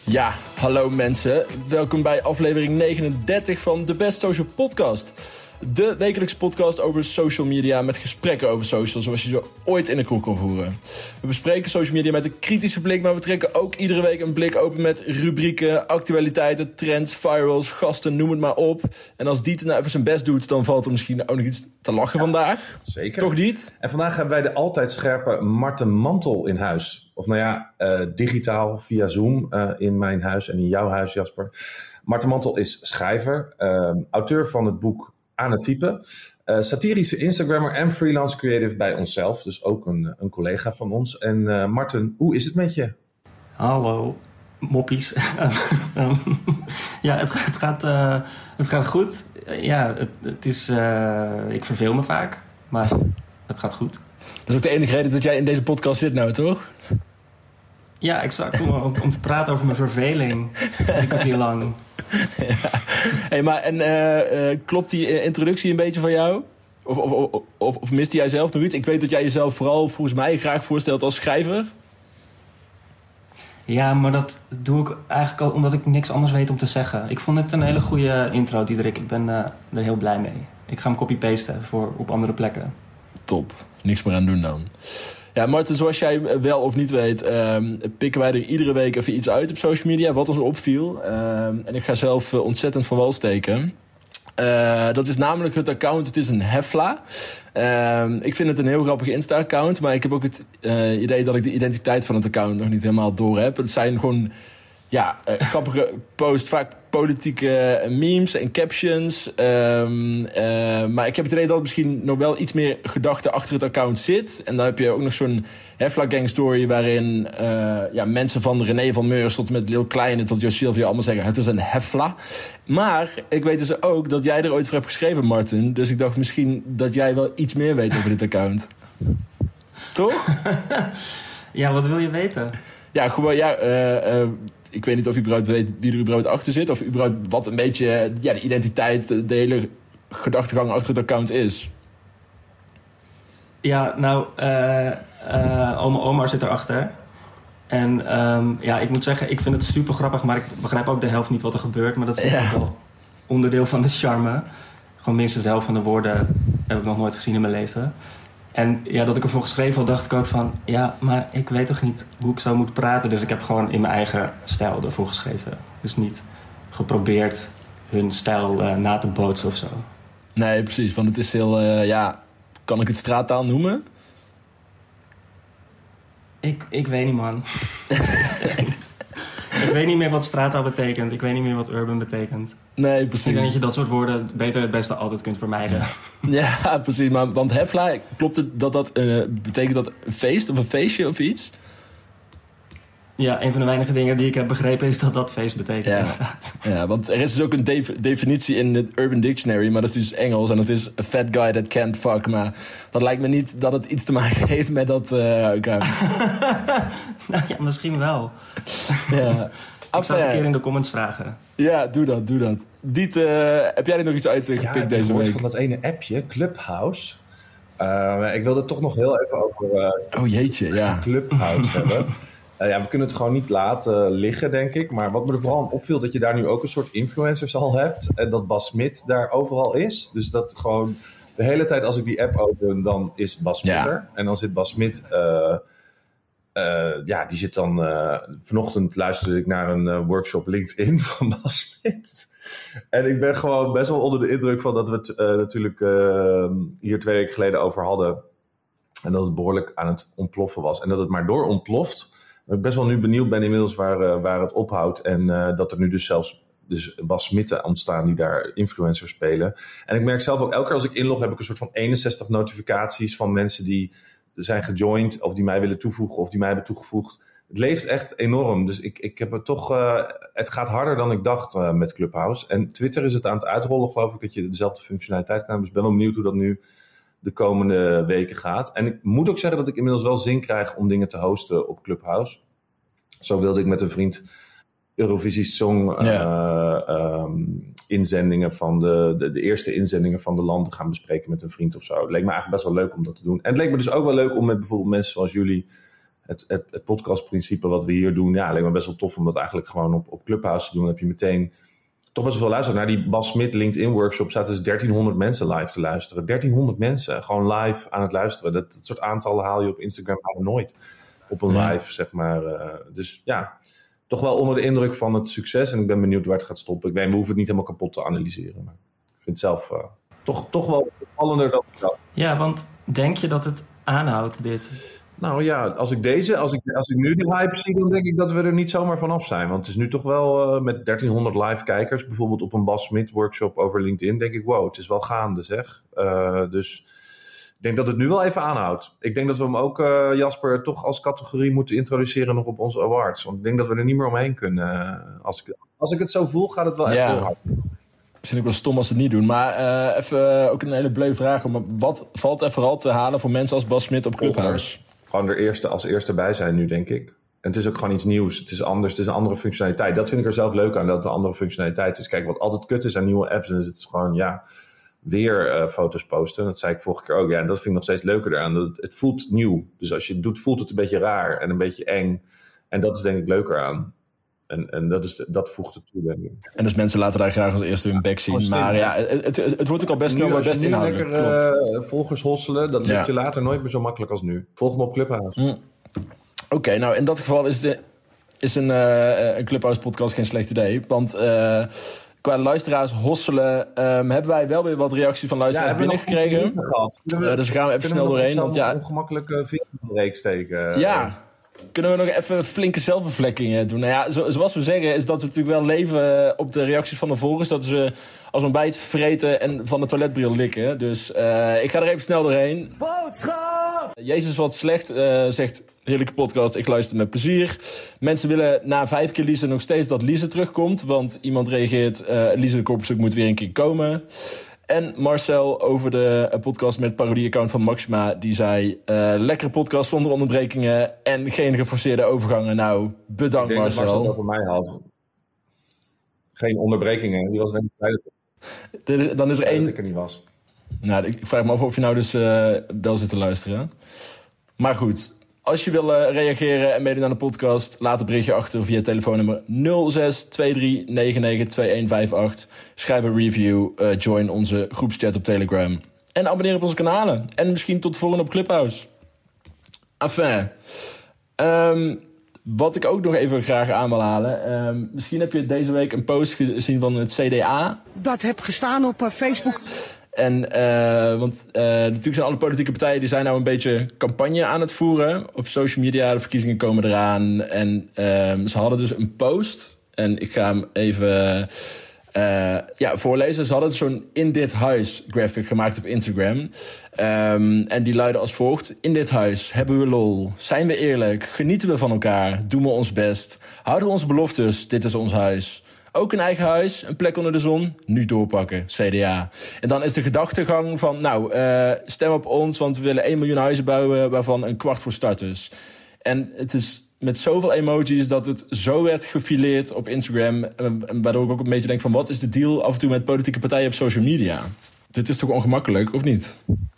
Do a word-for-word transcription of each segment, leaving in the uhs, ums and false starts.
Ja, hallo mensen. Welkom bij aflevering negenendertig van de Best Social Podcast. De wekelijkse podcast over social media met gesprekken over social, zoals je ze ooit in een kroeg kon voeren. We bespreken social media met een kritische blik, maar we trekken ook iedere week een blik open met rubrieken, actualiteiten, trends, virals, gasten, noem het maar op. En als Diet nou even zijn best doet, dan valt er misschien ook nog iets te lachen ja, vandaag. Zeker. Toch, Diet? En vandaag hebben wij de altijd scherpe Marten Mantel in huis. Of nou ja, uh, digitaal via Zoom uh, in mijn huis en in jouw huis, Jasper. Marten Mantel is schrijver, uh, auteur van het boek Aan het typen, uh, satirische Instagrammer en freelance creative bij onszelf. Dus ook een, een collega van ons. En uh, Marten, hoe is het met je? Hallo, moppies. ja, het, het, gaat, uh, het gaat goed. Ja, het, het is, uh, ik verveel me vaak, maar het gaat goed. Dat is ook de enige reden dat jij in deze podcast zit nou, toch? Ja, exact. Om, om te praten over mijn verveling. Drie kwartier lang. Ja. Hey, maar en uh, uh, klopt die introductie een beetje van jou? Of, of, of, of, of miste jij zelf nog iets? Ik weet dat jij jezelf vooral volgens mij graag voorstelt als schrijver. Ja, maar dat doe ik eigenlijk al omdat ik niks anders weet om te zeggen. Ik vond het een hele goede intro, Diederik. Ik ben uh, er heel blij mee. Ik ga hem copy-pasten voor op andere plekken. Top. Niks meer aan doen dan. Ja, Marten, zoals jij wel of niet weet, um, pikken wij er iedere week even iets uit op social media, wat ons opviel. Um, en ik ga zelf uh, ontzettend van wal steken. Uh, dat is namelijk het account, het is een Hefla. Um, ik vind het een heel grappig Insta-account, maar ik heb ook het uh, idee dat ik de identiteit van het account nog niet helemaal door heb. Het zijn gewoon ja, uh, grappige posts, vaak politieke memes en captions. Um, uh, maar ik heb het idee dat er misschien nog wel iets meer gedachte achter het account zit. En dan heb je ook nog zo'n Hefla Gang story waarin uh, ja, mensen van René van Meurs tot met Lil Kleine tot Jo Silvio allemaal zeggen het is een Hefla. Maar ik weet dus ook dat jij er ooit voor hebt geschreven, Marten. Dus ik dacht misschien dat jij wel iets meer weet over dit account. Toch? Ja, wat wil je weten? Ja, gewoon ja... Uh, uh, ik weet niet of u überhaupt weet wie er überhaupt achter zit. Of überhaupt wat een beetje ja, de identiteit, de hele gedachtegang achter het account is. Ja, nou, uh, uh, oma Omar zit erachter. En um, ja, ik moet zeggen, ik vind het super grappig, maar ik begrijp ook de helft niet wat er gebeurt. Maar dat is ja. wel onderdeel van de charme. Gewoon minstens de helft van de woorden heb ik nog nooit gezien in mijn leven. En ja, dat ik ervoor geschreven had, dacht ik ook van... ja, maar ik weet toch niet hoe ik zo moet praten. Dus ik heb gewoon in mijn eigen stijl ervoor geschreven. Dus niet geprobeerd hun stijl uh, na te bootsen of zo. Nee, precies. Want het is heel... Uh, ja, kan ik het straattaal noemen? Ik, ik weet niet, man. Ik weet niet meer wat straattaal betekent. Ik weet niet meer wat urban betekent. Nee, precies. Ik denk dat je dat soort woorden beter het beste altijd kunt vermijden. Ja, ja precies. Maar, want Hefla, klopt het dat dat... Uh, betekent dat een feest of een feestje of iets? Ja, een van de weinige dingen die ik heb begrepen is dat dat feest betekent. Ja, ja, want er is dus ook een de- definitie in het Urban Dictionary, maar dat is dus Engels en dat is a fat guy that can't fuck. Maar dat lijkt me niet dat het iets te maken heeft met dat uh, account. Nou ja, misschien wel. Ja. Ik zal het een keer in de comments vragen. Ja, doe dat, doe dat. Diet, uh, heb jij er nog iets uitgepikt ja, deze week? Van dat ene appje, Clubhouse. Uh, ik wilde het toch nog heel even over uh, oh, jeetje, ja. Clubhouse hebben. Uh, ja, we kunnen het gewoon niet laten liggen, denk ik. Maar wat me er vooral aan opviel, dat je daar nu ook een soort influencers al hebt. En dat Bas Smit daar overal is. Dus dat gewoon de hele tijd als ik die app open, dan is Bas Smit ja. er. En dan zit Bas Smit... Uh, uh, ja, die zit dan... Uh, vanochtend luisterde ik naar een uh, workshop LinkedIn van Bas Smit. En ik ben gewoon best wel onder de indruk van dat we het uh, natuurlijk uh, hier twee weken geleden over hadden. En dat het behoorlijk aan het ontploffen was. En dat het maar door ontploft. Dat ik best wel nu benieuwd ben inmiddels waar, uh, waar het ophoudt. En uh, dat er nu dus zelfs dus Bas Smitten ontstaan die daar influencers spelen. En ik merk zelf ook, elke keer als ik inlog heb ik een soort van eenenzestig notificaties van mensen die zijn gejoind of die mij willen toevoegen of die mij hebben toegevoegd. Het leeft echt enorm. Dus ik, ik heb het toch... Uh, het gaat harder dan ik dacht uh, met Clubhouse. En Twitter is het aan het uitrollen, geloof ik, dat je dezelfde functionaliteit kan hebben. Dus ik ben wel benieuwd hoe dat nu de komende weken gaat. En ik moet ook zeggen dat ik inmiddels wel zin krijg om dingen te hosten op Clubhouse. Zo wilde ik met een vriend Eurovisie Song ja. uh, um, inzendingen van de, de, de eerste inzendingen van de landen gaan bespreken met een vriend of zo. Het leek me eigenlijk best wel leuk om dat te doen. En het leek me dus ook wel leuk om met bijvoorbeeld mensen zoals jullie het, het, het podcastprincipe wat we hier doen, ja, lijkt me best wel tof om dat eigenlijk gewoon op, op Clubhouse te doen. Dan heb je meteen toch best wel veel luisteren. Naar die Bas Smit LinkedIn workshop zaten dus dertienhonderd mensen live te luisteren. dertienhonderd mensen gewoon live aan het luisteren. Dat, dat soort aantallen haal je op Instagram nooit op een live, zeg maar. Uh, dus ja, toch wel onder de indruk van het succes. En ik ben benieuwd waar het gaat stoppen. Ik weet, we hoeven het niet helemaal kapot te analyseren. Maar ik vind het zelf uh, toch, toch wel opvallender dan ik dacht. Ja, want denk je dat het aanhoudt, dit? Nou ja, als ik deze, als ik, als ik nu de hype zie, dan denk ik dat we er niet zomaar vanaf zijn. Want het is nu toch wel uh, met dertienhonderd live kijkers, bijvoorbeeld op een Bas Smit workshop over LinkedIn, denk ik, wow, het is wel gaande, zeg. Uh, dus ik denk dat het nu wel even aanhoudt. Ik denk dat we hem ook, uh, Jasper, toch als categorie moeten introduceren nog op onze awards. Want ik denk dat we er niet meer omheen kunnen. Uh, als, ik, als ik het zo voel, gaat het wel ja. echt heel hard. Misschien ook wel stom als we het niet doen. Maar uh, even uh, ook een hele bleu vraag. Maar wat valt er vooral te halen voor mensen als Bas Smit op Clubhouse? Gewoon er eerste, als eerste bij zijn nu, denk ik. En het is ook gewoon iets nieuws. Het is anders, het is een andere functionaliteit. Dat vind ik er zelf leuk aan, dat het een andere functionaliteit is. Kijk, wat altijd kut is aan nieuwe apps, is het is gewoon, ja, weer uh, foto's posten. Dat zei ik vorige keer ook. Ja, en dat vind ik nog steeds leuker eraan. Dat het, het voelt nieuw. Dus als je het doet, voelt het een beetje raar en een beetje eng. En dat is denk ik leuker aan. En, en dat, is, dat voegt het toe, denk ik. En dus mensen laten daar graag als eerste hun bek zien. Maar ja, het, het, het wordt ook al best snel, maar best inhoudelijk. Als je nu lekker uh, volgers hosselen, dan ja. lukt je later nooit meer zo makkelijk als nu. Volg me op Clubhouse. Mm. Oké, okay, nou in dat geval is, de, is een, uh, een Clubhouse podcast geen slecht idee. Want uh, qua luisteraars hosselen um, hebben wij wel weer wat reacties van luisteraars ja, binnengekregen. Uh, dus gaan we even snel doorheen. Want ja, een ongemakkelijke vinger in de reek steken. Ja. Kunnen we nog even flinke zelfbevlekkingen doen? Nou ja, zo, zoals we zeggen, is dat we natuurlijk wel leven op de reacties van de volgers. Dat ze als een bijt vreten en van de toiletbril likken. Dus uh, ik ga er even snel doorheen. Boodschap! Jezus wat slecht, uh, zegt heerlijke podcast, ik luister met plezier. Mensen willen na vijf keer Lize nog steeds dat Lize terugkomt. Want iemand reageert, uh, Lize de Kopperstuk moet weer een keer komen. En Marcel over de podcast met het parodie-account van Maxima. Die zei, uh, lekkere podcast zonder onderbrekingen en geen geforceerde overgangen. Nou, bedankt Marcel. Ik denk Marcel. Dat Marcel over mij had. Geen onderbrekingen. Die was denk ik blij dat de, Dan is er één... dat ik er niet was. Nou, ik vraag me af of je nou dus uh, wel zit te luisteren. Maar goed, als je wil uh, reageren en meedoen aan de podcast, laat een berichtje achter via telefoonnummer nul zes twee drie negen negen twee een vijf acht. Schrijf een review, uh, join onze groepschat op Telegram. En abonneer op onze kanalen. En misschien tot de volgende op Clubhouse. Enfin. Um, wat ik ook nog even graag aan wil halen. Um, misschien heb je deze week een post gezien van het C D A. Dat heb gestaan op uh, Facebook. En uh, want uh, natuurlijk zijn alle politieke partijen die zijn nou een beetje campagne aan het voeren op social media. De verkiezingen komen eraan. En uh, ze hadden dus een post. En ik ga hem even uh, ja, voorlezen. Ze hadden zo'n in dit huis graphic gemaakt op Instagram. Um, en die luidde als volgt. In dit huis hebben we lol. Zijn we eerlijk? Genieten we van elkaar? Doen we ons best? Houden we onze beloftes? Dit is ons huis. Ook een eigen huis, een plek onder de zon, nu doorpakken, C D A. En dan is de gedachtegang van, nou, uh, stem op ons, want we willen één miljoen huizen bouwen, waarvan een kwart voor starters. En het is met zoveel emojis dat het zo werd gefileerd op Instagram, waardoor ik ook een beetje denk van, wat is de deal af en toe met politieke partijen op social media? Dit is toch ongemakkelijk, of niet?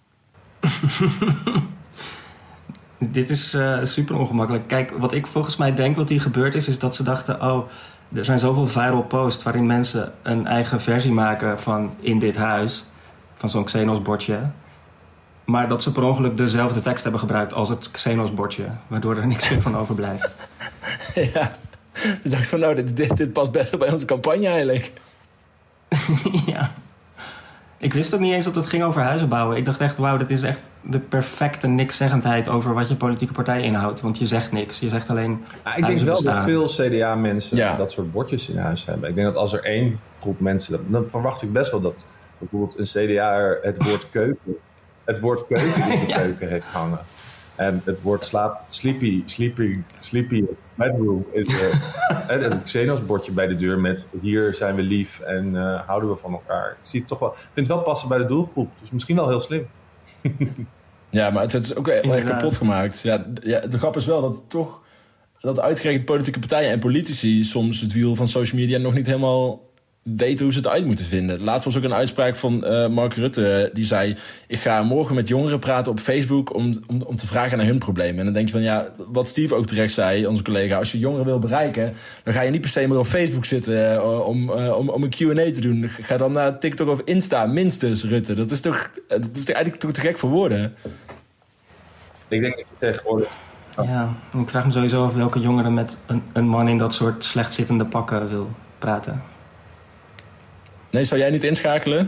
Dit is uh, super ongemakkelijk. Kijk, wat ik volgens mij denk wat hier gebeurd is, is dat ze dachten, oh, er zijn zoveel viral posts waarin mensen een eigen versie maken van in dit huis, van zo'n Xenos-bordje. Maar dat ze per ongeluk dezelfde tekst hebben gebruikt als het Xenos-bordje, waardoor er niks meer van overblijft. Ja, dus dacht ik van nou, dit, dit, dit past best wel bij onze campagne eigenlijk. Ja. Ik wist ook niet eens dat het ging over huizen bouwen. Ik dacht echt, wauw, dit is echt de perfecte nikszeggendheid over wat je politieke partij inhoudt. Want je zegt niks, je zegt alleen ja, ik denk wel bestaan. Dat veel C D A-mensen ja. dat soort bordjes in huis hebben. Ik denk dat als er één groep mensen... dan verwacht ik best wel dat bijvoorbeeld een C D A'er het woord keuken... het woord keuken in zijn ja. keuken heeft hangen. En het woord slaap, sleepy, sleepy, sleepy bedroom is er. Een Xenos-bordje bij de deur met hier zijn we lief en uh, houden we van elkaar. Ik zie het toch wel, vind het wel passen bij de doelgroep. Dus misschien wel heel slim. Ja, maar het is ook wel echt kapot gemaakt. Ja, ja, de grap is wel dat toch dat uitgerekend politieke partijen en politici soms het wiel van social media nog niet helemaal weten hoe ze het uit moeten vinden. Laatst was ook een uitspraak van uh, Mark Rutte. Die zei, ik ga morgen met jongeren praten op Facebook om, om, om te vragen naar hun problemen. En dan denk je van, ja, wat Steve ook terecht zei, onze collega, als je jongeren wil bereiken, dan ga je niet per se meer op Facebook zitten uh, om, uh, om, om een Q en A te doen. Ga dan naar TikTok of Insta, minstens, Rutte. Dat is toch, dat is eigenlijk toch te gek voor woorden? Ik denk dat je tegenwoordig... Oh. Ja, ik vraag me sowieso af welke jongeren met een, een man in dat soort slecht zittende pakken wil praten. Nee, zou jij niet inschakelen?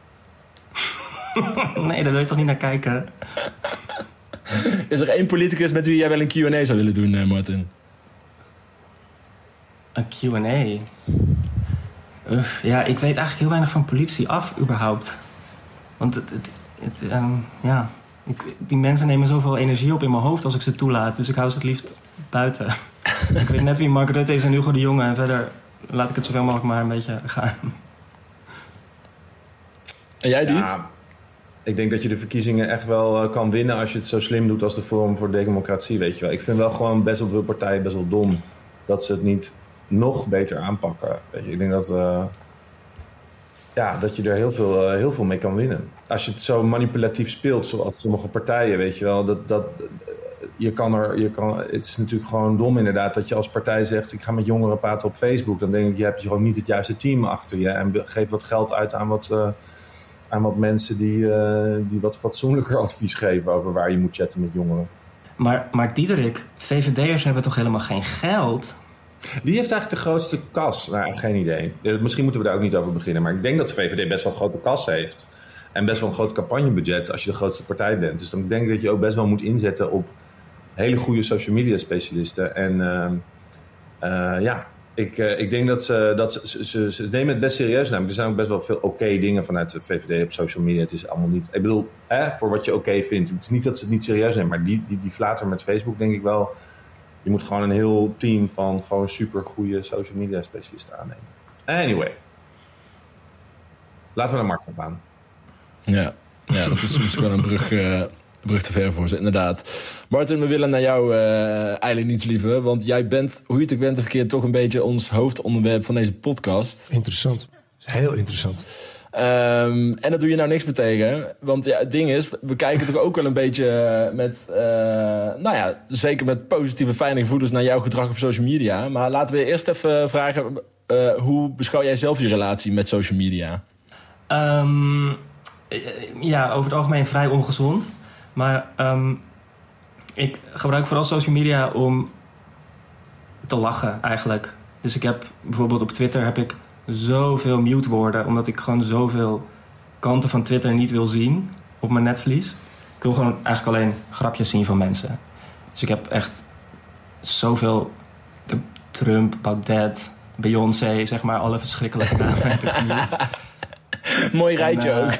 Nee, daar wil je toch niet naar kijken? Is er één politicus met wie jij wel een Q en A zou willen doen, uh, Martin? Een Q en A? Uf, ja, ik weet eigenlijk heel weinig van politie af, überhaupt. Want het... het, het um, ja... Ik, die mensen nemen zoveel energie op in mijn hoofd als ik ze toelaat. Dus ik hou ze het liefst buiten. Ik weet net wie Mark Rutte is en Hugo de Jonge. En verder laat ik het zoveel mogelijk maar een beetje gaan. En jij, Diet? Ja, ik denk dat je de verkiezingen echt wel uh, kan winnen als je het zo slim doet als de Forum voor Democratie, weet je wel. Ik vind wel gewoon best wel veel partijen best wel dom dat ze het niet nog beter aanpakken. Weet je, ik denk dat... Uh, Ja, dat je er heel veel, uh, heel veel mee kan winnen. Als je het zo manipulatief speelt, zoals sommige partijen, weet je wel. Dat, dat, je kan er, je kan, het is natuurlijk gewoon dom inderdaad dat je als partij zegt, ik ga met jongeren praten op Facebook. Dan denk ik, je hebt gewoon niet het juiste team achter je. En geef wat geld uit aan wat, uh, aan wat mensen die, uh, die wat fatsoenlijker advies geven over waar je moet chatten met jongeren. Maar, maar Diederik, V V D'ers hebben toch helemaal geen geld? Wie heeft eigenlijk de grootste kas? Nou, geen idee. Misschien moeten we daar ook niet over beginnen. Maar ik denk dat de V V D best wel een grote kas heeft. En best wel een groot campagnebudget als je de grootste partij bent. Dus dan denk ik dat je ook best wel moet inzetten op hele goede social media specialisten. En uh, uh, ja, ik, uh, ik denk dat ze, dat ze, ze, ze nemen het best serieus. Namelijk, er zijn ook best wel veel oké okay dingen vanuit de V V D op social media. Het is allemaal niet... Ik bedoel, eh, voor wat je oké okay vindt. Het is niet dat ze het niet serieus nemen. Maar die, die, die flater met Facebook denk ik wel... Je moet gewoon een heel team van gewoon super goede social media specialisten aannemen. Anyway. Laten we naar Martin gaan. Ja, ja dat is soms wel een brug, uh, brug te ver voor ze, inderdaad. Martin, we willen naar jou uh, eigenlijk niets liever. Want jij bent, hoe je het ook bent of verkeerd, toch een beetje ons hoofdonderwerp van deze podcast. Interessant. Heel interessant. Um, en dat doe je nou niks meer tegen. Want ja, het ding is, we kijken toch ook wel een beetje met... Uh, nou ja, zeker met positieve, fijne gevoelens naar jouw gedrag op social media. Maar laten we eerst even vragen... Uh, hoe beschouw jij zelf je relatie met social media? Um, ja, over het algemeen vrij ongezond. Maar um, ik gebruik vooral social media om te lachen eigenlijk. Dus ik heb bijvoorbeeld op Twitter heb ik... zoveel mute woorden, omdat ik gewoon zoveel kanten van Twitter niet wil zien op mijn netvlies. Ik wil gewoon eigenlijk alleen grapjes zien van mensen. Dus ik heb echt zoveel... Ik heb Trump, Baudet, Beyoncé, zeg maar, alle verschrikkelijke namen heb ik gemute. Mooi rijtje en, uh, ook.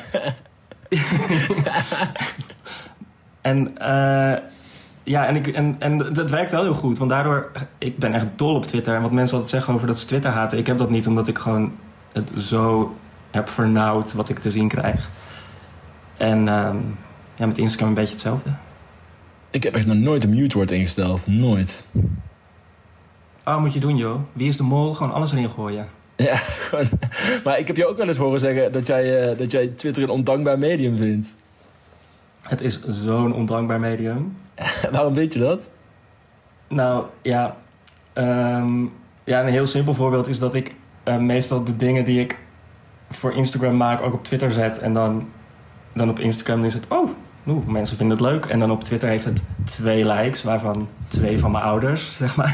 en uh, ja, en, ik, en, en dat werkt wel heel goed. Want daardoor, ik ben echt dol op Twitter. En wat mensen altijd zeggen over dat ze Twitter haten. Ik heb dat niet, omdat ik gewoon het zo heb vernauwd wat ik te zien krijg. En um, ja, met Instagram een beetje hetzelfde. Ik heb echt nog nooit een mute woord ingesteld. Nooit. Oh, moet je doen, joh. Wie is de mol? Gewoon alles erin gooien. Ja, gewoon. Maar ik heb je ook wel eens horen zeggen dat jij, uh, dat jij Twitter een ondankbaar medium vindt. Het is zo'n ondankbaar medium. Waarom weet je dat? Nou, ja, um, ja, een heel simpel voorbeeld is dat ik uh, meestal de dingen die ik voor Instagram maak ook op Twitter zet. En dan, dan op Instagram is het, oh, oeh, mensen vinden het leuk. En dan op Twitter heeft het twee likes, waarvan twee van mijn ouders, zeg maar.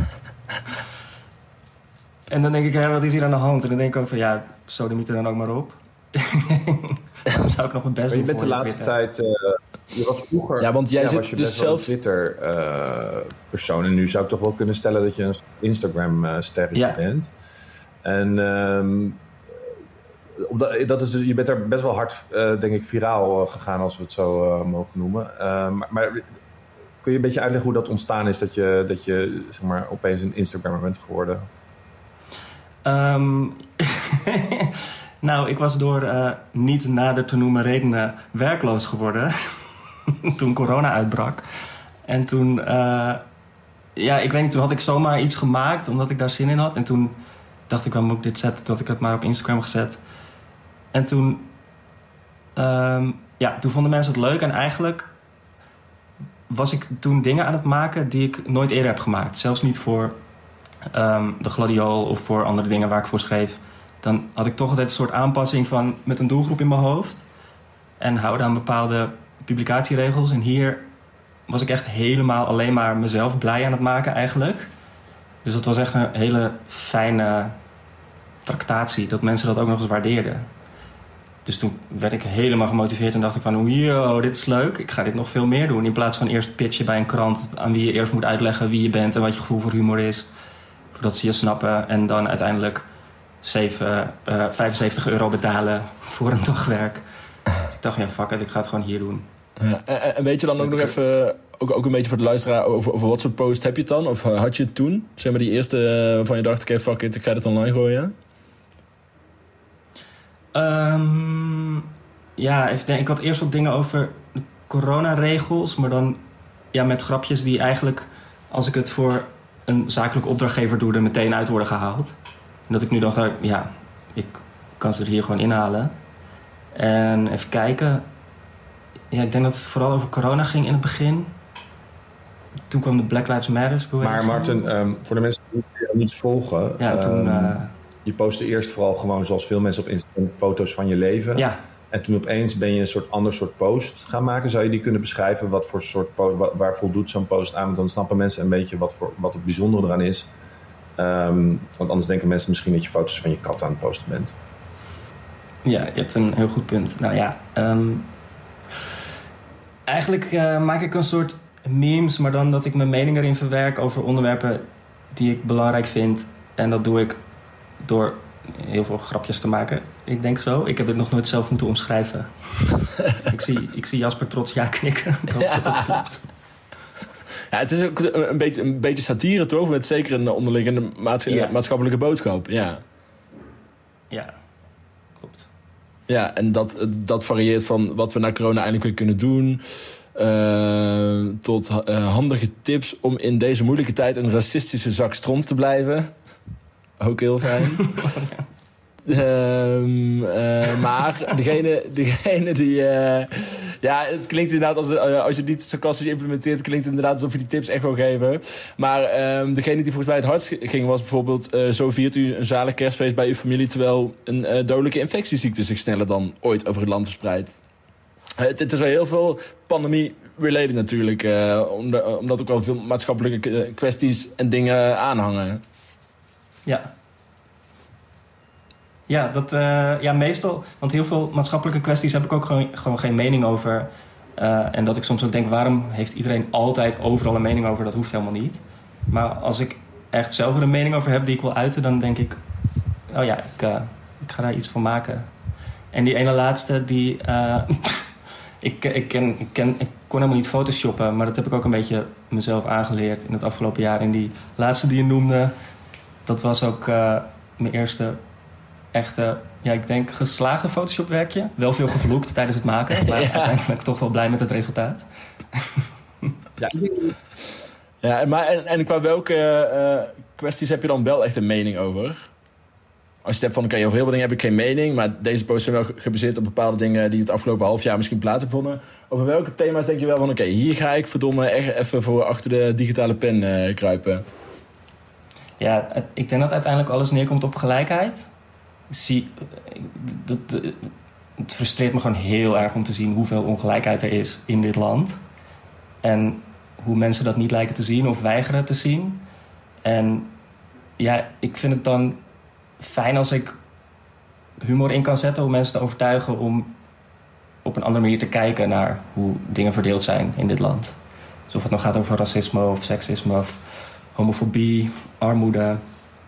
En dan denk ik, ja, wat is hier aan de hand? En dan denk ik ook van, ja, sodemiet er dan ook maar op. Dan zou ik nog mijn best doen. Je bent de laatste tijd... Uh, je was vroeger... Ja, want jij ja, zit was je dus best zelf... wel een Twitter-persoon. Uh, en nu zou ik toch wel kunnen stellen dat je een Instagram-sterretje ja. bent. En um, dat, dat is dus, je bent daar best wel hard, uh, denk ik, viraal gegaan, als we het zo uh, mogen noemen. Uh, maar, maar kun je een beetje uitleggen hoe dat ontstaan is, dat je, dat je zeg maar, opeens een Instagrammer bent geworden? Um, nou, ik was door uh, niet nader te noemen redenen werkloos geworden toen corona uitbrak. En toen, uh, ja, ik weet niet, toen had ik zomaar iets gemaakt omdat ik daar zin in had. En toen dacht ik, waar moet ik dit zetten? Dat ik het maar op Instagram gezet. En toen... Um, ja, toen vonden mensen het leuk. En eigenlijk was ik toen dingen aan het maken die ik nooit eerder heb gemaakt. Zelfs niet voor um, de Gladiool of voor andere dingen waar ik voor schreef. Dan had ik toch altijd een soort aanpassing van met een doelgroep in mijn hoofd. En houden aan bepaalde publicatieregels. En hier was ik echt helemaal alleen maar mezelf blij aan het maken eigenlijk. Dus dat was echt een hele fijne tractatie. Dat mensen dat ook nog eens waardeerden. Dus toen werd ik helemaal gemotiveerd en dacht ik van... yo, dit is leuk, ik ga dit nog veel meer doen. In plaats van eerst pitchen bij een krant... aan wie je eerst moet uitleggen wie je bent en wat je gevoel voor humor is. Voordat ze je snappen. En dan uiteindelijk zeven, uh, vijfenzeventig euro betalen voor een dagwerk. Ik dacht, ja, fuck it, ik ga het gewoon hier doen. Ja, en, en weet je dan ook nog even... Ook, ook een beetje voor de luisteraar... Over, over wat soort post heb je het dan? Of had je het toen? Zeg maar die eerste uh, waarvan je dacht... oké, okay, fuck it, ik ga dit online gooien. Um, ja, even denken. Ik had eerst wat dingen over de coronaregels, maar dan ja, met grapjes die eigenlijk, als ik het voor een zakelijke opdrachtgever doe, er meteen uit worden gehaald. En dat ik nu dacht, ja, ik kan ze er hier gewoon inhalen. En even kijken. Ja, ik denk dat het vooral over corona ging in het begin. Toen kwam de Black Lives Matter beweging. Maar Martin, um, voor de mensen die je niet volgen... Ja, toen... Um, uh, je postte eerst vooral gewoon, zoals veel mensen op Instagram, foto's van je leven. Ja. En toen opeens ben je een soort ander soort post gaan maken. Zou je die kunnen beschrijven? Wat voor soort post, waar, waar voldoet zo'n post aan? Dan snappen mensen een beetje wat, voor, wat het bijzondere eraan is. Um, want anders denken mensen misschien dat je foto's van je kat aan het posten bent. Ja, je hebt een heel goed punt. Nou ja, um, eigenlijk uh, maak ik een soort memes, maar dan dat ik mijn mening erin verwerk over onderwerpen die ik belangrijk vind. En dat doe ik door heel veel grapjes te maken. Ik denk zo. Ik heb het nog nooit zelf moeten omschrijven. ik, zie, ik zie Jasper trots ja knikken. Ik hoop ja. dat dat klopt. Ja, het is ook een beetje, een beetje satire, toch? Met zeker een onderliggende maats- ja. maatschappelijke boodschap. Ja, ja, klopt. Ja, en dat, dat varieert van wat we na corona eindelijk weer kunnen doen... Uh, tot uh, handige tips om in deze moeilijke tijd een racistische zak stront te blijven. Ook heel fijn. um, uh, maar degene, degene die... Uh, ja, het klinkt inderdaad, als, uh, als je het niet sarcastisch implementeert... klinkt het inderdaad alsof je die tips echt wil geven. Maar um, degene die volgens mij het hardst ging was bijvoorbeeld... Uh, zo viert u een zalig kerstfeest bij uw familie... terwijl een uh, dodelijke infectieziekte zich sneller dan ooit over het land verspreidt. Het, het is wel heel veel pandemie-related natuurlijk. Uh, omdat ook wel veel maatschappelijke kwesties en dingen aanhangen. Ja. Ja, dat, uh, ja, meestal... Want heel veel maatschappelijke kwesties heb ik ook gewoon, gewoon geen mening over. Uh, en dat ik soms ook denk, waarom heeft iedereen altijd overal een mening over? Dat hoeft helemaal niet. Maar als ik echt zelf er een mening over heb die ik wil uiten... dan denk ik, oh ja, ik, uh, ik ga daar iets van maken. En die ene laatste, die... Uh, Ik, ik, ken, ik, ken, ik kon helemaal niet photoshoppen, maar dat heb ik ook een beetje mezelf aangeleerd in het afgelopen jaar. En die laatste die je noemde, dat was ook uh, mijn eerste echte, ja, ik denk geslaagde Photoshop-werkje. Wel veel gevloekt tijdens het maken, maar ja. uiteindelijk toch wel blij met het resultaat. Ja, ja maar en, en qua welke uh, kwesties heb je dan wel echt een mening over? Als je het hebt van, oké, okay, over heel veel dingen heb ik geen mening... maar deze posts zijn wel gebaseerd op bepaalde dingen... die het afgelopen half jaar misschien plaats hebben gevonden. Over welke thema's denk je wel van... oké, okay, hier ga ik verdomme echt even voor achter de digitale pen uh, kruipen? Ja, het, ik denk dat uiteindelijk alles neerkomt op gelijkheid. Zie, dat, dat, het frustreert me gewoon heel erg om te zien... hoeveel ongelijkheid er is in dit land. En hoe mensen dat niet lijken te zien of weigeren te zien. En ja, ik vind het dan... fijn als ik humor in kan zetten om mensen te overtuigen om op een andere manier te kijken naar hoe dingen verdeeld zijn in dit land. Dus of het nou gaat over racisme of seksisme of homofobie, armoede.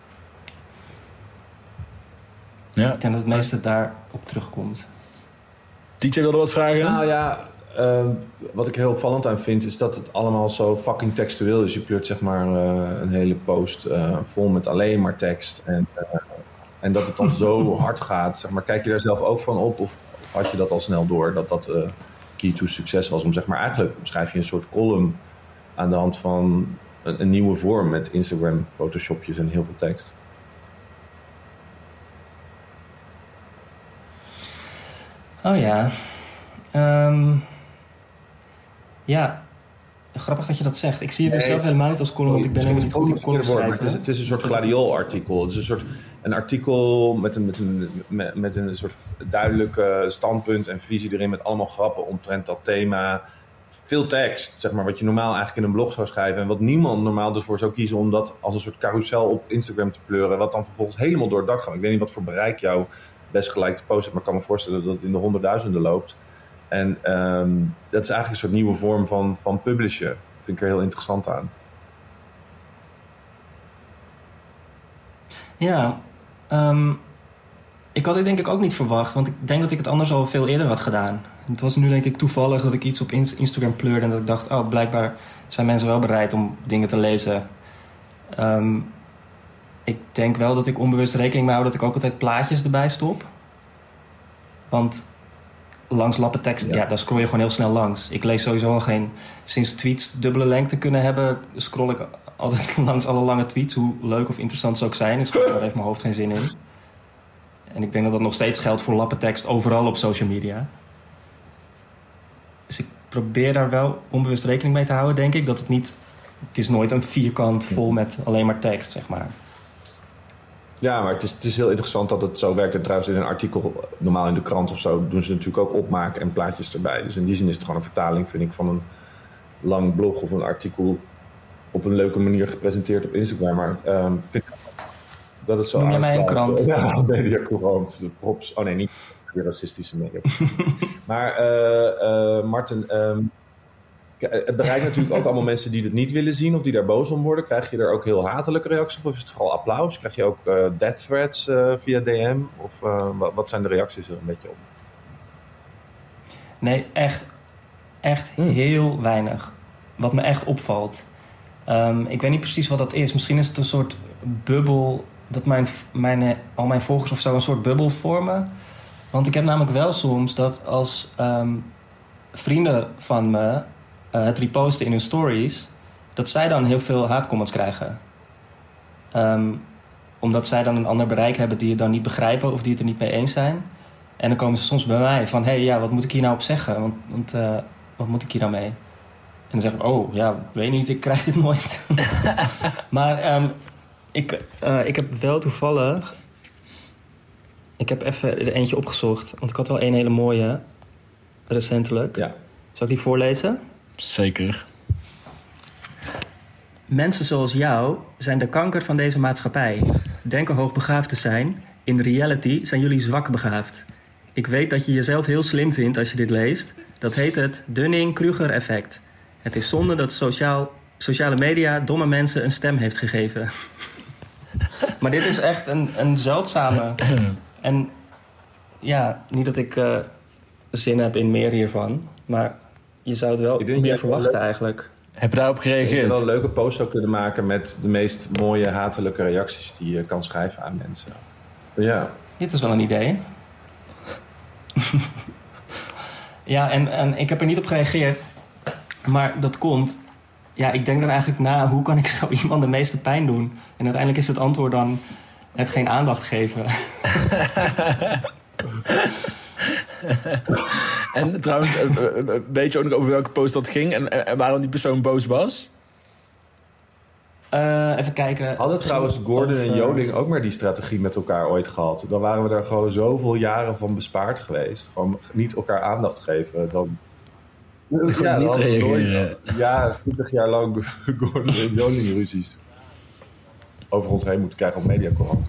Ja. Ik denk dat het meeste daarop terugkomt. D J wilde wat vragen? Nou ja, uh, wat ik heel opvallend aan vind is dat het allemaal zo fucking textueel is. Je pleurt zeg maar uh, een hele post uh, vol met alleen maar tekst en... Uh, En dat het dan zo hard gaat. Zeg maar, kijk je daar zelf ook van op? Of had je dat al snel door? Dat dat uh, key to succes was? Om, zeg maar, eigenlijk schrijf je een soort column... aan de hand van een, een nieuwe vorm... met Instagram, photoshopjes en heel veel tekst. Oh ja. Um, ja, grappig dat je dat zegt. Ik zie het dus nee. zelf helemaal niet als column, want ik ben helemaal niet goed in column schrijven. Het is, het is een soort gladiool-artikel. Het is een soort een artikel met een, met, een, met, met een soort duidelijke standpunt en visie erin met allemaal grappen omtrent dat thema. Veel tekst, zeg maar, wat je normaal eigenlijk in een blog zou schrijven. En wat niemand normaal dus voor zou kiezen om dat als een soort carousel op Instagram te pleuren. Wat dan vervolgens helemaal door het dak gaat. Ik weet niet wat voor bereik jouw best gelikte post hebt, maar ik kan me voorstellen dat het in de honderdduizenden loopt. En um, dat is eigenlijk een soort nieuwe vorm van, van publishen. Dat vind ik er heel interessant aan. Ja, um, ik had dit denk ik ook niet verwacht. Want ik denk dat ik het anders al veel eerder had gedaan. Het was nu denk ik toevallig dat ik iets op Instagram pleurde en dat ik dacht, oh, blijkbaar zijn mensen wel bereid om dingen te lezen. Um, ik denk wel dat ik onbewust rekening mee hou dat ik ook altijd plaatjes erbij stop. Want langs lappen tekst, ja. ja, daar scroll je gewoon heel snel langs. Ik lees sowieso al geen... Sinds tweets dubbele lengte kunnen hebben, scroll ik altijd langs alle lange tweets. Hoe leuk of interessant ze ook zijn. Dus daar heeft mijn hoofd geen zin in. En ik denk dat dat nog steeds geldt voor lappentekst overal op social media. Dus ik probeer daar wel onbewust rekening mee te houden, denk ik. Dat het niet... Het is nooit een vierkant vol met alleen maar tekst, zeg maar. Ja, maar het is, het is heel interessant dat het zo werkt. En trouwens in een artikel, normaal in de krant of zo, doen ze natuurlijk ook opmaken en plaatjes erbij. Dus in die zin is het gewoon een vertaling, vind ik, van een lang blog of een artikel op een leuke manier gepresenteerd op Instagram. Maar um, vind ik dat het zo Noem je mij een krant? Ja, Mediacourant, props. Oh nee, niet die racistische media. Maar uh, uh, Martin... Um, het bereikt natuurlijk ook allemaal mensen die het niet willen zien of die daar boos om worden. Krijg je er ook heel hatelijke reacties op? Of is het vooral applaus? Krijg je ook uh, death threats uh, via D M? Of uh, wat, wat zijn de reacties er een beetje op? Nee, echt, echt hmm. heel weinig. Wat me echt opvalt. Um, ik weet niet precies wat dat is. Misschien is het een soort bubbel... dat mijn, mijn, al mijn volgers of zo een soort bubbel vormen. Want ik heb namelijk wel soms dat als um, vrienden van me... Uh, het reposten in hun stories, dat zij dan heel veel haatcomments krijgen. Um, omdat zij dan een ander bereik hebben die het dan niet begrijpen of die het er niet mee eens zijn. En dan komen ze soms bij mij van, hé, hey, ja, wat moet ik hier nou op zeggen? Want, want uh, wat moet ik hier nou mee? En dan zeg ik, oh, ja, weet niet, ik krijg dit nooit. maar um, ik, uh, ik heb wel toevallig... Ik heb even er eentje opgezocht, want ik had wel een hele mooie recentelijk. Ja. Zal ik die voorlezen? Zeker. Mensen zoals jou zijn de kanker van deze maatschappij. Denken hoogbegaafd te zijn. In reality zijn jullie zwak begaafd. Ik weet dat je jezelf heel slim vindt als je dit leest. Dat heet het Dunning-Kruger-effect. Het is zonde dat sociaal, sociale media domme mensen een stem heeft gegeven. Maar dit is echt een, een zeldzame... En ja, niet dat ik uh, zin heb in meer hiervan, maar... Je zou het wel meer verwachten leuk, eigenlijk. Heb je daarop gereageerd? Ik denk dat je wel een leuke post zou kunnen maken met de meest mooie hatelijke reacties die je kan schrijven aan mensen. Ja. Dit is wel een idee. ja, en, en ik heb er niet op gereageerd. Maar dat komt... Ja, ik denk dan eigenlijk na, hoe kan ik zo iemand de meeste pijn doen? En uiteindelijk is het antwoord dan het geen aandacht geven. En trouwens, weet je ook nog over welke post dat ging en, en waarom die persoon boos was? Uh, even kijken. Hadden trouwens Gordon over... en Joling ook maar die strategie met elkaar ooit gehad? Dan waren we daar gewoon zoveel jaren van bespaard geweest. Gewoon niet elkaar aandacht geven. Dan... Ja, niet reageren. Ja, twintig jaar lang Gordon en Joling ruzies over ons heen moeten krijgen op Mediacourant.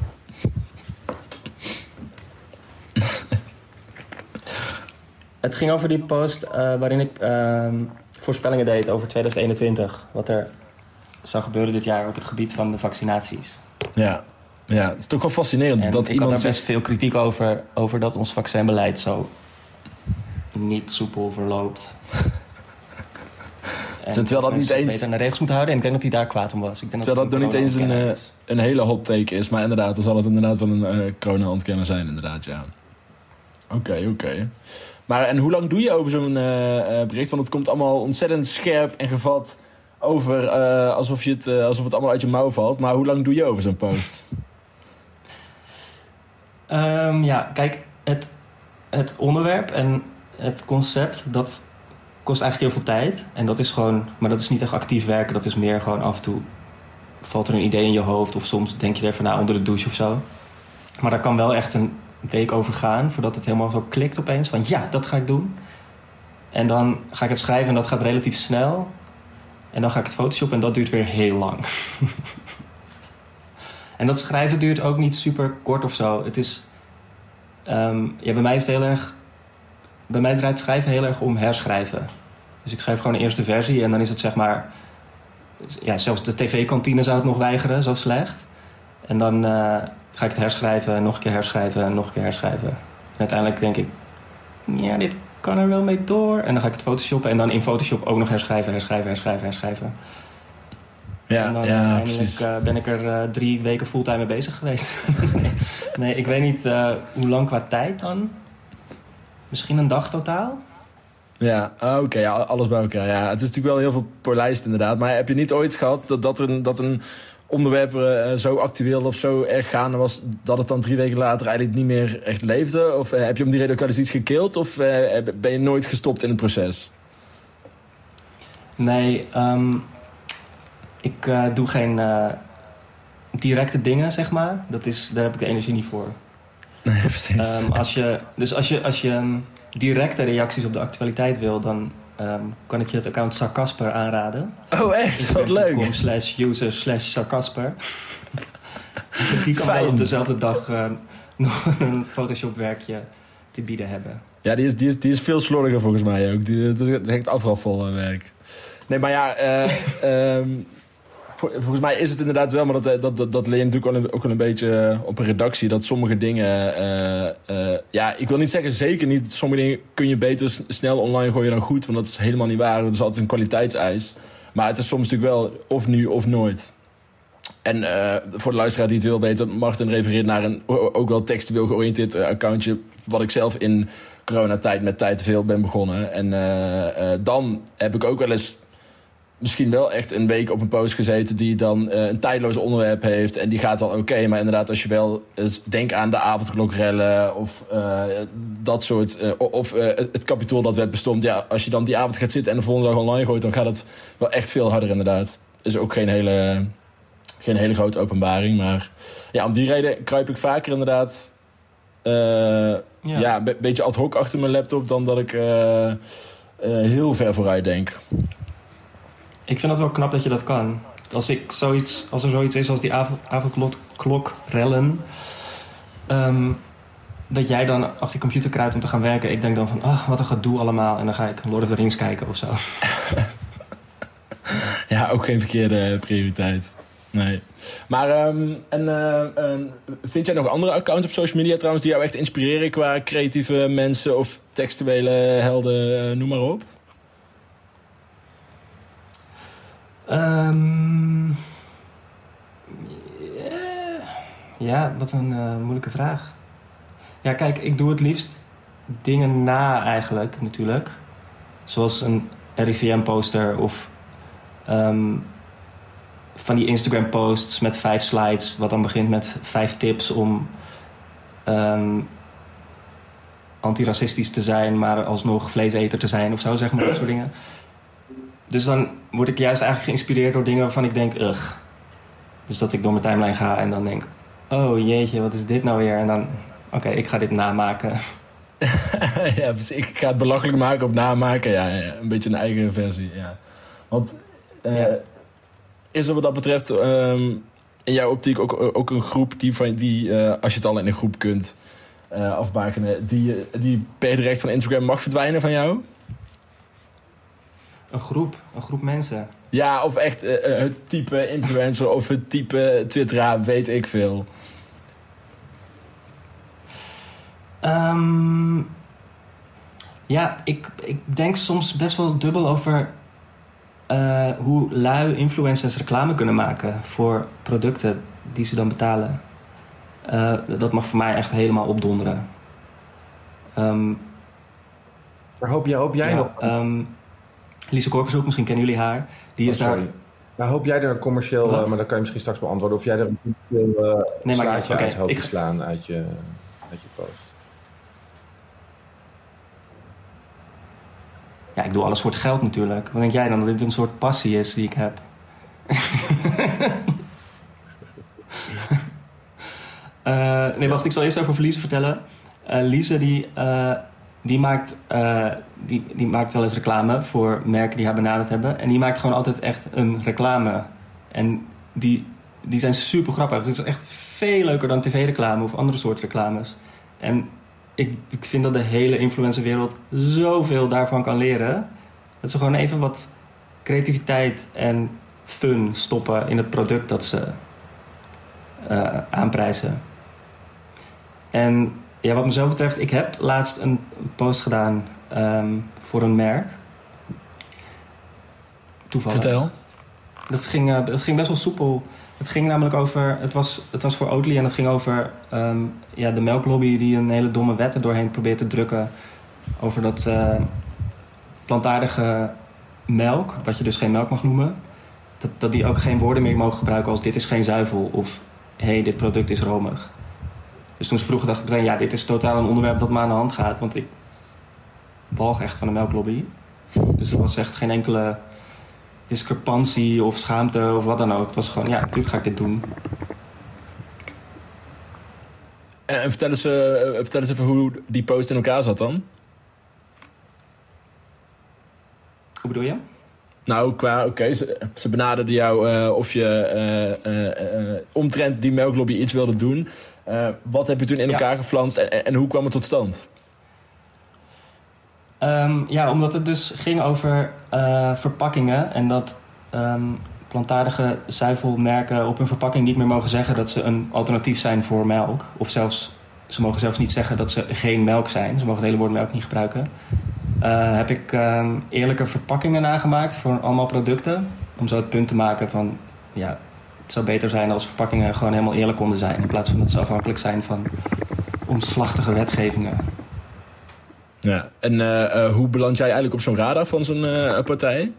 Het ging over die post uh, waarin ik uh, voorspellingen deed over twintig eenentwintig. Wat er zou gebeuren dit jaar op het gebied van de vaccinaties. Ja, ja, het is toch wel fascinerend en dat ik iemand had daar best zegt... veel kritiek over, over dat ons vaccinbeleid zo niet soepel verloopt. En terwijl dat niet eens... beter aan de regels moeten houden. En ik denk dat hij daar kwaad om was. Ik denk terwijl dat, dat nog niet eens een, uh, een hele hot take is. Maar inderdaad, dan zal het inderdaad wel een uh, corona-ontkenner zijn, inderdaad, ja. Oké, okay, oké. Okay. Maar en hoe lang doe je over zo'n uh, bericht? Want het komt allemaal ontzettend scherp en gevat over, uh, alsof, je het, uh, alsof het allemaal uit je mouw valt. Maar hoe lang doe je over zo'n post? Um, ja, kijk, het, het onderwerp en het concept, dat kost eigenlijk heel veel tijd. En dat is gewoon, maar dat is niet echt actief werken. Dat is meer gewoon af en toe valt er een idee in je hoofd. Of soms denk je er even na onder de douche of zo. Maar daar kan wel echt een week over gaan voordat het helemaal zo klikt opeens. Van ja, dat ga ik doen. En dan ga ik het schrijven en dat gaat relatief snel. En dan ga ik het photoshoppen en dat duurt weer heel lang. En dat schrijven duurt ook niet super kort of zo. Het is... Um, ja, bij mij is het heel erg... Bij mij draait schrijven heel erg om herschrijven. Dus ik schrijf gewoon de eerste versie en dan is het zeg maar... Ja, zelfs de tv-kantine zou het nog weigeren, zo slecht. En dan uh, ga ik het herschrijven, nog een keer herschrijven en nog een keer herschrijven. En uiteindelijk denk ik... Ja, dit kan er wel mee door. En dan ga ik het photoshoppen en dan in Photoshop ook nog herschrijven, herschrijven, herschrijven, herschrijven. Ja, en dan ja, uiteindelijk uh, ben ik er uh, drie weken fulltime mee bezig geweest. nee, nee, ik weet niet uh, hoe lang qua tijd dan. Misschien een dag totaal. Ja, oké, okay, ja, alles bij elkaar. Ja, het is natuurlijk wel heel veel polijst inderdaad. Maar heb je niet ooit gehad dat, dat, er een, dat een onderwerp uh, zo actueel of zo erg gaande was... dat het dan drie weken later eigenlijk niet meer echt leefde? Of uh, heb je om die reden ook wel eens iets gekild? Of uh, ben je nooit gestopt in het proces? Nee, um, ik uh, doe geen uh, directe dingen, zeg maar. Dat is, daar heb ik de energie niet voor. Nee, precies. Um, als je, dus als je, als je um, directe reacties op de actualiteit wil... dan um, kan ik je het account Sarcasper aanraden. Oh, echt? Wat leuk. slash user slash Sarcasper. Die kan Fijn. wel op dezelfde dag uh, nog een Photoshop werkje te bieden hebben. Ja, die is, die is, die is veel slordiger volgens mij ook. Die, dat is echt overal vol uh, werk. Nee, maar ja... Uh, um, Volgens mij is het inderdaad wel, maar dat, dat, dat, dat leer je natuurlijk ook een, ook een beetje op een redactie... dat sommige dingen... Uh, uh, ja, ik wil niet zeggen zeker niet... sommige dingen kun je beter snel online gooien dan goed... want dat is helemaal niet waar. Dat is altijd een kwaliteitseis. Maar het is soms natuurlijk wel of nu of nooit. En uh, voor de luisteraar die het wil weten... Martin refereert naar een ook wel textueel georiënteerd accountje... wat ik zelf in coronatijd met Tijd te Veel ben begonnen. En uh, uh, dan heb ik ook wel eens... misschien wel echt een week op een post gezeten... die dan uh, een tijdloos onderwerp heeft. En die gaat wel oké. Okay, maar inderdaad, als je wel... Dus denk aan de avondklokrellen... of uh, dat soort... Uh, of uh, het kapitool dat werd bestormd. Ja, als je dan die avond gaat zitten... en de volgende dag online gooit... dan gaat het wel echt veel harder inderdaad. Is ook geen hele... geen hele grote openbaring. Maar ja, om die reden kruip ik vaker inderdaad... Uh, ja, ja een be- beetje ad hoc achter mijn laptop... dan dat ik uh, uh, heel ver vooruit denk. Ik vind het wel knap dat je dat kan. Als, ik zoiets, als er zoiets is als die avondklokrellen... Um, dat jij dan achter je computer kruipt om te gaan werken. Ik denk dan van, ach, wat een gedoe allemaal. En dan ga ik Lord of the Rings kijken of zo. Ja, ook geen verkeerde prioriteit. Nee. Maar um, en, uh, um, vind jij nog andere accounts op social media trouwens... die jou echt inspireren qua creatieve mensen... of textuele helden, uh, noem maar op? Um, yeah. Ja, wat een uh, moeilijke vraag. Ja, kijk, ik doe het liefst dingen na eigenlijk, natuurlijk. Zoals een R I V M-poster of um, van die Instagram-posts met vijf slides... wat dan begint met vijf tips om um, antiracistisch te zijn... maar alsnog vleeseter te zijn of zo, zeg maar, dat soort dingen. Dus dan word ik juist eigenlijk geïnspireerd door dingen waarvan ik denk... ugh. Dus dat ik door mijn timeline ga en dan denk... oh jeetje, wat is dit nou weer? En dan, oké, okay, ik ga dit namaken. Ja, dus ik ga het belachelijk maken op namaken. Ja, ja, een beetje een eigen versie, ja. Want uh, ja. Is er wat dat betreft um, in jouw optiek ook, ook een groep die, van, die uh, als je het al in een groep kunt uh, afbakenen... Die, die per direct van Instagram mag verdwijnen van jou? Een groep, een groep mensen. Ja, of echt uh, het type influencer of het type twitteraar, weet ik veel. Um, ja, ik, ik denk soms best wel dubbel over uh, hoe lui influencers reclame kunnen maken voor producten die ze dan betalen. Uh, dat mag voor mij echt helemaal opdonderen. Um, Waar hoop, je, hoop jij ja, nog? Um, Lise Korpershoek, misschien kennen jullie haar. Die oh, is daar... Maar hoop jij er een commercieel... Uh, maar dat kan je misschien straks beantwoorden. Of jij er een commercieel uh, nee, slaatje okay, uit hoopt ik... te slaan uit je, uit je post. Ja, ik doe alles voor het geld natuurlijk. Wat denk jij dan, dat dit een soort passie is die ik heb? uh, nee, wacht, ik zal eerst over Lise vertellen. Uh, Lise, die, uh, die, maakt, uh, die, die maakt wel eens reclame voor merken die haar benaderd hebben. En die maakt gewoon altijd echt een reclame. En die, die zijn super grappig. Het is echt veel leuker dan tv-reclame of andere soort reclames. En ik, ik vind dat de hele influencerwereld zoveel daarvan kan leren. Dat ze gewoon even wat creativiteit en fun stoppen in het product dat ze uh, aanprijzen. En ja, wat mezelf betreft, ik heb laatst een post gedaan um, voor een merk. Toevallig. Vertel. Dat ging, uh, dat ging best wel soepel. Het ging namelijk over, het was, het was voor Oatly en het ging over um, ja, de melklobby die een hele domme wet er doorheen probeert te drukken. Over dat uh, plantaardige melk, wat je dus geen melk mag noemen, dat, dat die ook geen woorden meer mogen gebruiken als dit is geen zuivel of hé, hey, dit product is romig. Dus toen ze vroegen dacht ik meteen, ja, dit is totaal een onderwerp dat me aan de hand gaat, want ik walg echt van de melklobby. Dus er was echt geen enkele discrepantie of schaamte of wat dan ook. Het was gewoon, ja, natuurlijk ga ik dit doen. En, en vertel, eens, uh, vertel eens even hoe die post in elkaar zat dan. Hoe bedoel je? Nou, qua, oké, okay, ze, ze benaderden jou uh, of je uh, uh, uh, omtrent die melklobby iets wilde doen. Uh, wat heb je toen in elkaar ja. geflanst en, en hoe kwam het tot stand? Um, ja, omdat het dus ging over uh, verpakkingen en dat um, plantaardige zuivelmerken op hun verpakking niet meer mogen zeggen dat ze een alternatief zijn voor melk. Of zelfs, ze mogen zelfs niet zeggen dat ze geen melk zijn. Ze mogen het hele woord melk niet gebruiken. Uh, heb ik um, eerlijke verpakkingen nagemaakt voor allemaal producten. Om zo het punt te maken van, ja, het zou beter zijn als verpakkingen gewoon helemaal eerlijk konden zijn. In plaats van dat ze afhankelijk zijn van omslachtige wetgevingen. Ja, en uh, uh, hoe beland jij eigenlijk op zo'n radar van zo'n uh, partij?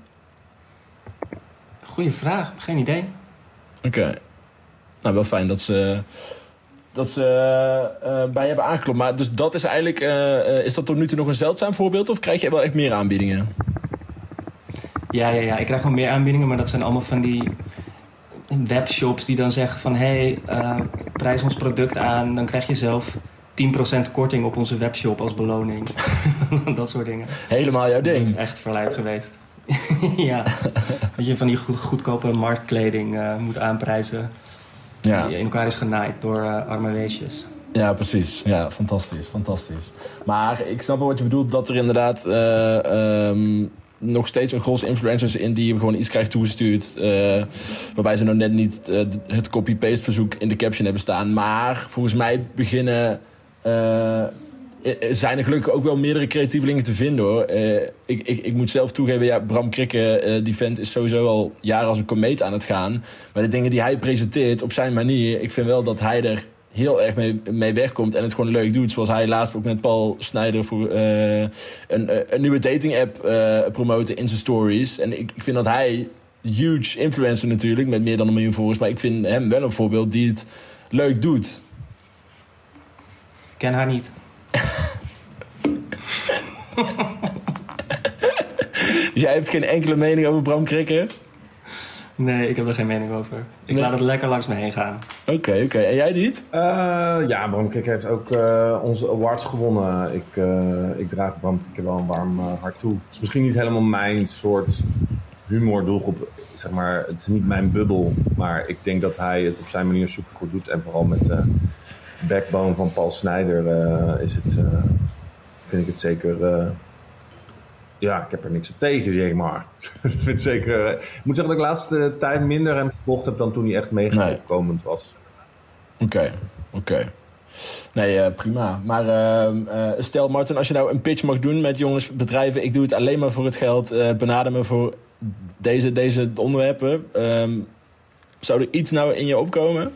Goeie vraag, geen idee. Oké. Okay. Nou, wel fijn dat ze, dat ze uh, bij je hebben aangeklopt. Maar dus dat is eigenlijk, uh, uh, is dat tot nu toe nog een zeldzaam voorbeeld? Of krijg je wel echt meer aanbiedingen? Ja, ja, ja, ik krijg wel meer aanbiedingen, maar dat zijn allemaal van die webshops die dan zeggen van, hé, hey, uh, prijs ons product aan, dan krijg je zelf tien procent korting op onze webshop als beloning. Dat soort dingen. Helemaal jouw ding. Echt verleid geweest. Ja. Dat je van die goed, goedkope marktkleding uh, moet aanprijzen. Ja. Die in elkaar is genaaid door uh, arme weesjes. Ja, precies. Ja, fantastisch, fantastisch. Maar ik snap wel wat je bedoelt, dat er inderdaad Uh, um, nog steeds een gros influencers in die je gewoon iets krijgt toegestuurd. Uh, waarbij ze nog net niet uh, het copy-paste verzoek in de caption hebben staan. Maar volgens mij beginnen Uh, zijn er gelukkig ook wel meerdere creatievelingen te vinden, hoor. Uh, ik, ik, ik moet zelf toegeven, ja, Bram Krikke, uh, die vent is sowieso al jaren als een komeet aan het gaan. Maar de dingen die hij presenteert op zijn manier, ik vind wel dat hij er heel erg mee, mee wegkomt en het gewoon leuk doet. Zoals hij laatst ook met Paul Snijder voor uh, een, een nieuwe dating app uh, promoten in zijn stories. En ik, ik vind dat hij, huge influencer natuurlijk, met meer dan een miljoen volgers, maar ik vind hem wel een voorbeeld die het leuk doet. Ik ken haar niet. Jij hebt geen enkele mening over Bram Krikke? Nee, ik heb er geen mening over. Ik nee. laat het lekker langs me heen gaan. Oké, okay, oké. Okay. En jij niet? Uh, ja, Bram Krikke heeft ook uh, onze awards gewonnen. Ik, uh, ik draag Bram Krikke wel een warm uh, hart toe. Het is misschien niet helemaal mijn soort humordoelgroep. Zeg maar, het is niet mijn bubbel. Maar ik denk dat hij het op zijn manier supergoed doet. En vooral met Uh, backbone van Paul Snijder uh, is het, uh, vind ik het zeker, uh, ja, ik heb er niks op tegen, zeg maar. Ik vind het zeker, uh, ik moet zeggen dat ik de laatste tijd minder hem gevolgd heb dan toen hij echt mega opkomend was. Oké, okay, oké. Okay. Nee, uh, prima. Maar uh, uh, stel, Martin, als je nou een pitch mag doen met jongens, bedrijven, ik doe het alleen maar voor het geld, uh, benader me voor deze, deze onderwerpen. Um, zou er iets nou in je opkomen?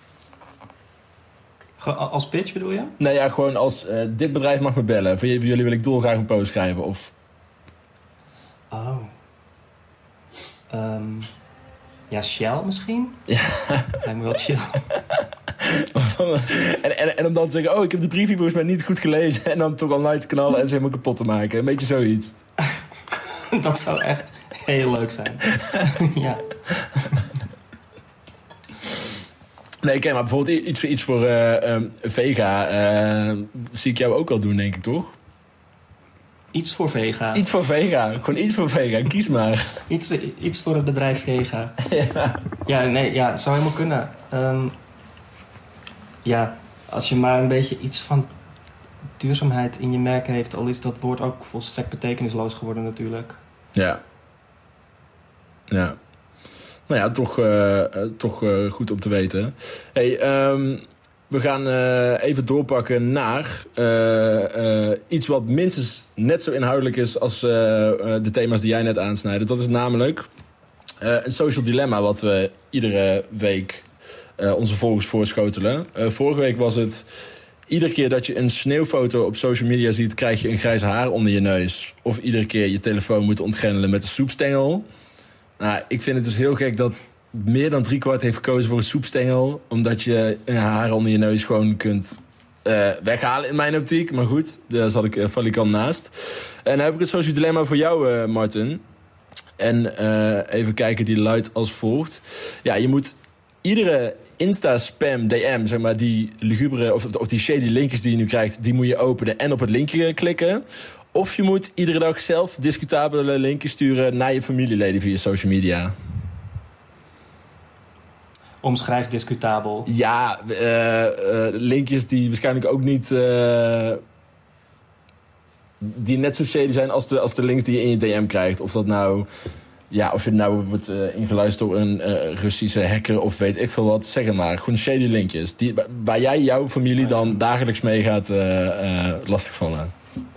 Als pitch bedoel je? Nee, ja, gewoon als uh, dit bedrijf mag me bellen. Voor jullie wil ik dolgraag een post schrijven. Of Oh. Um, ja, Shell misschien? Ja. Lijkt me wel chill. en, en, en om dan te zeggen, oh, ik heb de briefje volgens mij niet goed gelezen. En dan toch al uit te knallen en ze helemaal kapot te maken. Een beetje zoiets. Dat zou echt heel leuk zijn. Ja. Nee, oké, maar bijvoorbeeld iets, iets voor uh, um, Vega uh, zie ik jou ook al doen, denk ik, toch? Iets voor Vega. Iets voor Vega. Gewoon iets voor Vega. Kies maar. Iets, iets voor het bedrijf Vega. Ja, ja nee, ja, het zou helemaal kunnen. Um, ja, als je maar een beetje iets van duurzaamheid in je merk heeft, al is dat woord ook volstrekt betekenisloos geworden natuurlijk. Ja. Ja. Nou ja, toch, uh, toch uh, goed om te weten. Hey, um, we gaan uh, even doorpakken naar uh, uh, iets wat minstens net zo inhoudelijk is als uh, uh, de thema's die jij net aansnijdt. Dat is namelijk uh, een social dilemma wat we iedere week uh, onze volgers voorschotelen. Uh, vorige week was het: iedere keer dat je een sneeuwfoto op social media ziet, krijg je een grijs haar onder je neus. Of iedere keer je telefoon moet ontgrendelen met een soepstengel. Nou, ik vind het dus heel gek dat meer dan driekwart heeft gekozen voor een soepstengel. Omdat je een haar onder je neus gewoon kunt uh, weghalen in mijn optiek. Maar goed, daar zat ik uh, valikant naast. En dan heb ik het social dilemma voor jou, uh, Martin. En uh, even kijken, die luidt als volgt. Ja, je moet iedere Insta-spam D M, zeg maar, die lugubere of, of die shady linkjes die je nu krijgt, die moet je openen en op het linkje klikken. Of je moet iedere dag zelf discutabele linkjes sturen naar je familieleden via social media. Omschrijf discutabel. Ja, uh, uh, linkjes die waarschijnlijk ook niet Uh, die net zo shady zijn als de, als de links die je in je D M krijgt. Of dat nou, ja, of je nou wordt uh, ingeluisterd door een uh, Russische hacker of weet ik veel wat. Zeg het maar, gewoon shady linkjes. Die, waar jij jouw familie dan dagelijks mee gaat uh, uh, lastigvallen.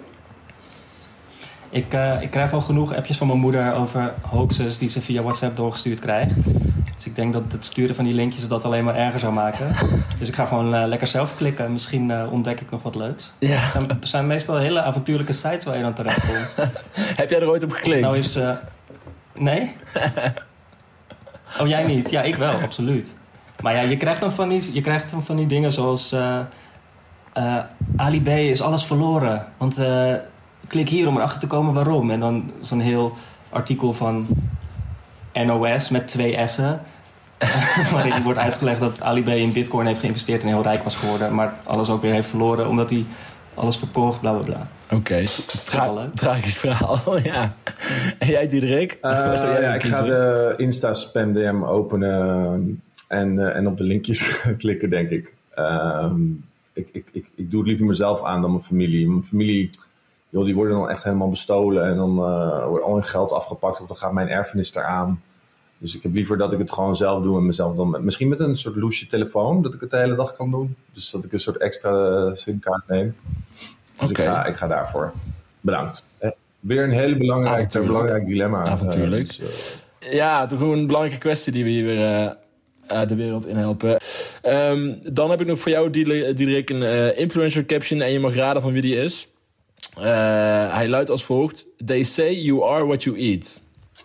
Ik, uh, ik krijg al genoeg appjes van mijn moeder over hoaxes die ze via WhatsApp doorgestuurd krijgt. Dus ik denk dat het sturen van die linkjes dat alleen maar erger zou maken. Dus ik ga gewoon uh, lekker zelf klikken. Misschien uh, ontdek ik nog wat leuks. Ja. Het zijn, het zijn meestal hele avontuurlijke sites waar je dan terecht komt. Heb jij er ooit op geklikt? Nou is, uh, nee? Oh, jij niet? Ja, ik wel, absoluut. Maar ja, je krijgt dan van die, je krijgt dan van die dingen zoals Uh, uh, Ali B is alles verloren. Want Uh, klik hier om erachter te komen waarom. En dan zo'n heel artikel van N O S met twee S'en. Waarin wordt uitgelegd dat Ali B in bitcoin heeft geïnvesteerd en heel rijk was geworden. Maar alles ook weer heeft verloren omdat hij alles verkocht, bla bla bla. Oké, okay. Tra- tragisch verhaal, ja. En jij, Diederik? Uh, ja, ik ga de Insta-spam D M openen en, uh, en op de linkjes klikken, denk ik. Uh, ik, ik, ik. Ik doe het liever mezelf aan dan mijn familie. Mijn familie, joh, die worden dan echt helemaal bestolen en dan uh, wordt al hun geld afgepakt of dan gaat mijn erfenis eraan. Dus ik heb liever dat ik het gewoon zelf doe en mezelf dan met, misschien met een soort loesje telefoon, dat ik het de hele dag kan doen. Dus dat ik een soort extra simkaart neem. Dus okay. ik, ga, ik ga daarvoor. Bedankt. Eh, weer een hele belangrijk, belangrijk dilemma. Avontuurlijk. Uh, dus, uh... Ja, toch gewoon een belangrijke kwestie die we hier weer uh, de wereld in helpen. Um, dan heb ik nog voor jou, Diederik, een uh, influencer caption en je mag raden van wie die is. Uh, hij luidt als volgt: They say you are what you eat.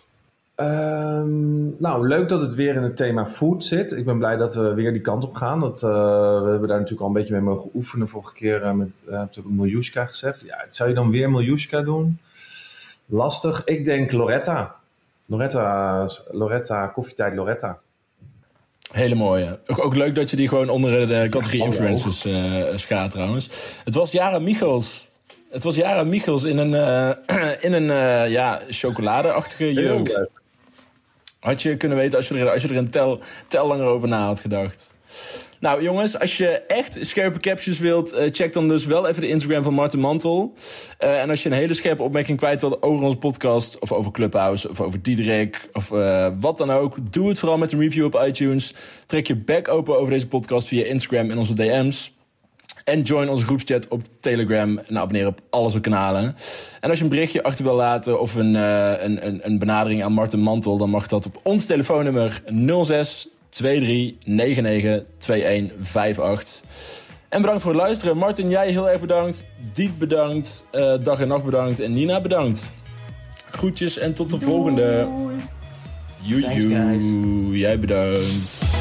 Um, nou, leuk dat het weer in het thema food zit. Ik ben blij dat we weer die kant op gaan. Dat, uh, we hebben daar natuurlijk al een beetje mee mogen oefenen. Vorige keer uh, met uh, Miljuska gezegd. Ja, zou je dan weer Miljuska doen? Lastig. Ik denk Loretta. Loretta, Loretta, koffietijd Loretta. Hele mooie. Ook, ook leuk dat je die gewoon onder de categorie ja, influencers uh, schaat trouwens. Het was Jara Michels. Het was Jara Michels in een, uh, in een uh, ja, chocoladeachtige jurk. Had je kunnen weten als je er, als je er een tel, tel langer over na had gedacht. Nou jongens, als je echt scherpe captions wilt, uh, check dan dus wel even de Instagram van Martin Mantel. Uh, en als je een hele scherpe opmerking kwijt wilt over onze podcast, of over Clubhouse, of over Diederik, of uh, wat dan ook, doe het vooral met een review op iTunes. Trek je bek open over deze podcast via Instagram en onze D M's. En join onze groepschat op Telegram en abonneer op al onze kanalen. En als je een berichtje achter wil laten of een, uh, een, een, een benadering aan Martin Mantel, dan mag dat op ons telefoonnummer nul zes twee drie negen negen twee een vijf acht. En bedankt voor het luisteren. Martin, jij heel erg bedankt. Diet bedankt. Uh, dag en nacht bedankt. En Nina bedankt. Groetjes en tot de Doei. volgende. Joejoe. Jij bedankt.